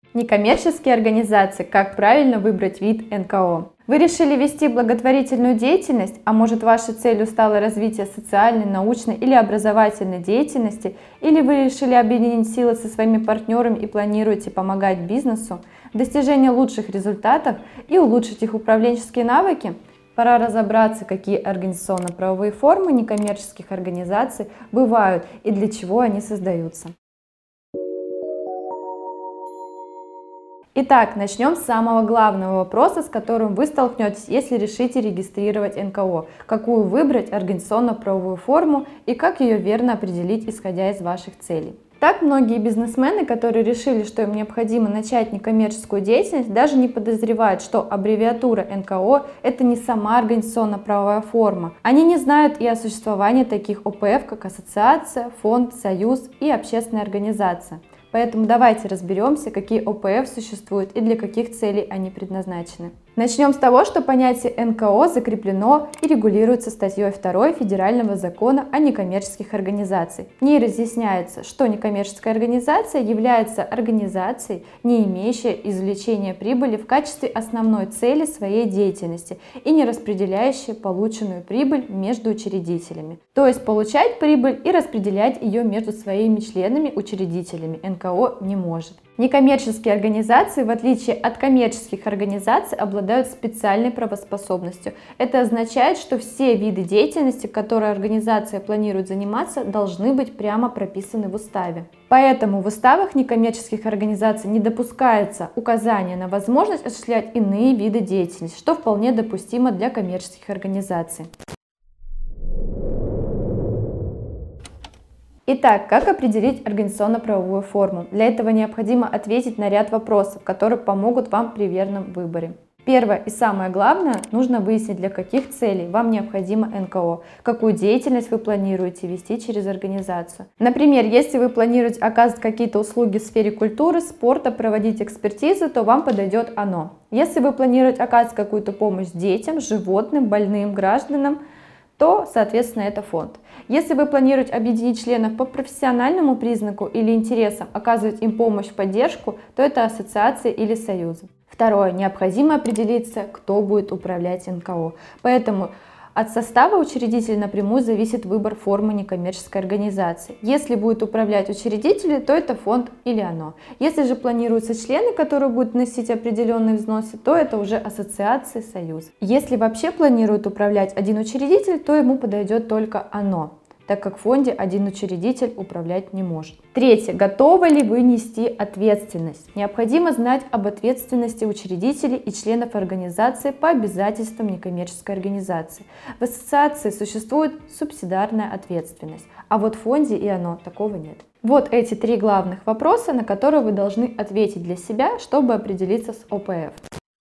Некоммерческие организации. Как правильно выбрать вид НКО? Вы решили вести благотворительную деятельность, а может вашей целью стало развитие социальной, научной или образовательной деятельности, или вы решили объединить силы со своими партнерами и планируете помогать бизнесу в достижении лучших результатов и улучшить их управленческие навыки? Пора разобраться, какие организационно-правовые формы некоммерческих организаций бывают и для чего они создаются. Итак, начнем с самого главного вопроса, с которым вы столкнетесь, если решите регистрировать НКО. Какую выбрать организационно-правовую форму и как ее верно определить, исходя из ваших целей. Так, многие бизнесмены, которые решили, что им необходимо начать некоммерческую деятельность, даже не подозревают, что аббревиатура НКО – это не сама организационно-правовая форма. Они не знают и о существовании таких ОПФ, как ассоциация, фонд, союз и общественная организация. Поэтому давайте разберемся, какие ОПФ существуют и для каких целей они предназначены. Начнем с того, что понятие НКО закреплено и регулируется статьей 2 Федерального закона о некоммерческих организациях. В ней разъясняется, что некоммерческая организация является организацией, не имеющей извлечения прибыли в качестве основной цели своей деятельности и не распределяющей полученную прибыль между учредителями. То есть получать прибыль и распределять ее между своими членами-учредителями НКО не может. Некоммерческие организации, в отличие от коммерческих организаций, обладают специальной правоспособностью. Это означает, что все виды деятельности, которые организация планирует заниматься, должны быть прямо прописаны в уставе. Поэтому в уставах некоммерческих организаций не допускается указание на возможность осуществлять иные виды деятельности, что вполне допустимо для коммерческих организаций. Итак, как определить организационно-правовую форму? Для этого необходимо ответить на ряд вопросов, которые помогут вам при верном выборе. Первое и самое главное, нужно выяснить, для каких целей вам необходимо НКО, какую деятельность вы планируете вести через организацию. Например, если вы планируете оказывать какие-то услуги в сфере культуры, спорта, проводить экспертизы, то вам подойдет оно. Если вы планируете оказывать какую-то помощь детям, животным, больным гражданам, то, соответственно, это фонд. Если вы планируете объединить членов по профессиональному признаку или интересам, оказывать им помощь, поддержку, то это ассоциации или союзы. Второе. Необходимо определиться, кто будет управлять НКО. Поэтому от состава учредителей напрямую зависит выбор формы некоммерческой организации. Если будет управлять учредители, то это фонд или оно. Если же планируются члены, которые будут вносить определенные взносы, то это уже ассоциации, союз. Если вообще планирует управлять один учредитель, то ему подойдет только оно, так как в фонде один учредитель управлять не может. Третье. Готовы ли вы нести ответственность? Необходимо знать об ответственности учредителей и членов организации по обязательствам некоммерческой организации. В ассоциации существует субсидиарная ответственность, а вот в фонде и оно такого нет. Вот эти три главных вопроса, на которые вы должны ответить для себя, чтобы определиться с ОПФ.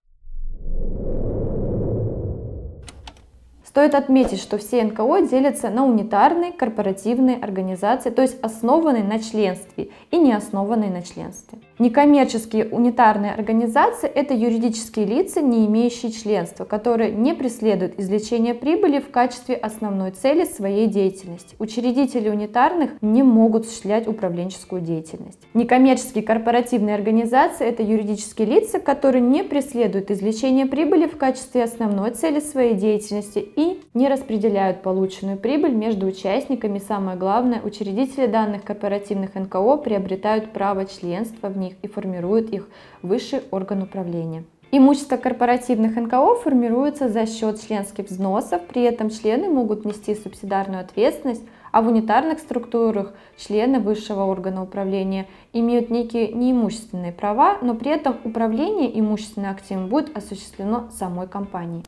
Стоит отметить, что все НКО делятся на унитарные корпоративные организации, то есть основанные на членстве и не основанные на членстве. Некоммерческие унитарные организации – это юридические лица, не имеющие членства, которые не преследуют извлечение прибыли в качестве основной цели своей деятельности. Учредители унитарных не могут осуществлять управленческую деятельность. Некоммерческие корпоративные организации – это юридические лица, которые не преследуют извлечение прибыли в качестве основной цели своей деятельности и не распределяют полученную прибыль между участниками. Самое главное, учредители данных корпоративных НКО приобретают право членства в них и формируют их высший орган управления. Имущество корпоративных НКО формируется за счет членских взносов, при этом члены могут нести субсидиарную ответственность, а в унитарных структурах члены высшего органа управления имеют некие неимущественные права, но при этом управление имущественным активом будет осуществлено самой компанией.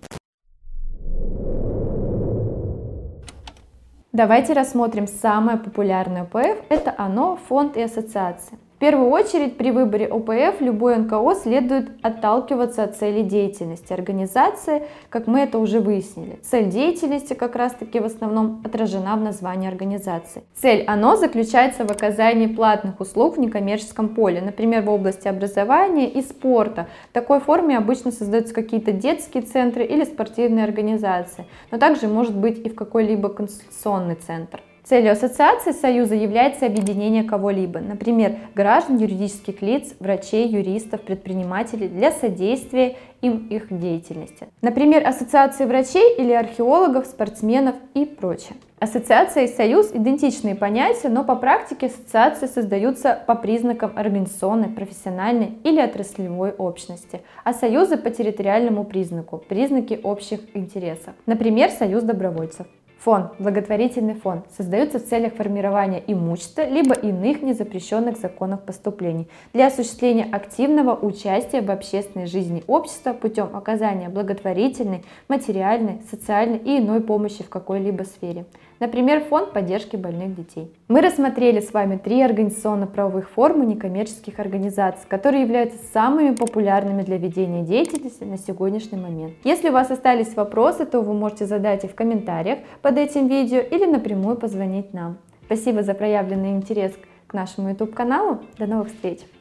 Давайте рассмотрим самое популярное ОПФ – это оно, фонд и ассоциации. В первую очередь при выборе ОПФ любой НКО следует отталкиваться от цели деятельности организации, как мы это уже выяснили. Цель деятельности как раз таки в основном отражена в названии организации. Цель оно заключается в оказании платных услуг в некоммерческом поле, например, в области образования и спорта. В такой форме обычно создаются какие-то детские центры или спортивные организации, но также может быть и в какой-либо консультационный центр. Целью ассоциации союза является объединение кого-либо, например, граждан, юридических лиц, врачей, юристов, предпринимателей для содействия им их деятельности. Например, ассоциации врачей или археологов, спортсменов и прочее. Ассоциация и союз – идентичные понятия, но по практике ассоциации создаются по признакам организационной, профессиональной или отраслевой общности, а союзы по территориальному признаку – признаки общих интересов. Например, союз добровольцев. Фонд, благотворительный фонд, создается в целях формирования имущества либо иных незапрещенных законов поступлений для осуществления активного участия в общественной жизни общества путем оказания благотворительной, материальной, социальной и иной помощи в какой-либо сфере. Например, фонд поддержки больных детей. Мы рассмотрели с вами 3 организационно-правовых формы некоммерческих организаций, которые являются самыми популярными для ведения деятельности на сегодняшний момент. Если у вас остались вопросы, то вы можете задать их в комментариях под этим видео или напрямую позвонить нам. Спасибо за проявленный интерес к нашему YouTube каналу. До новых встреч!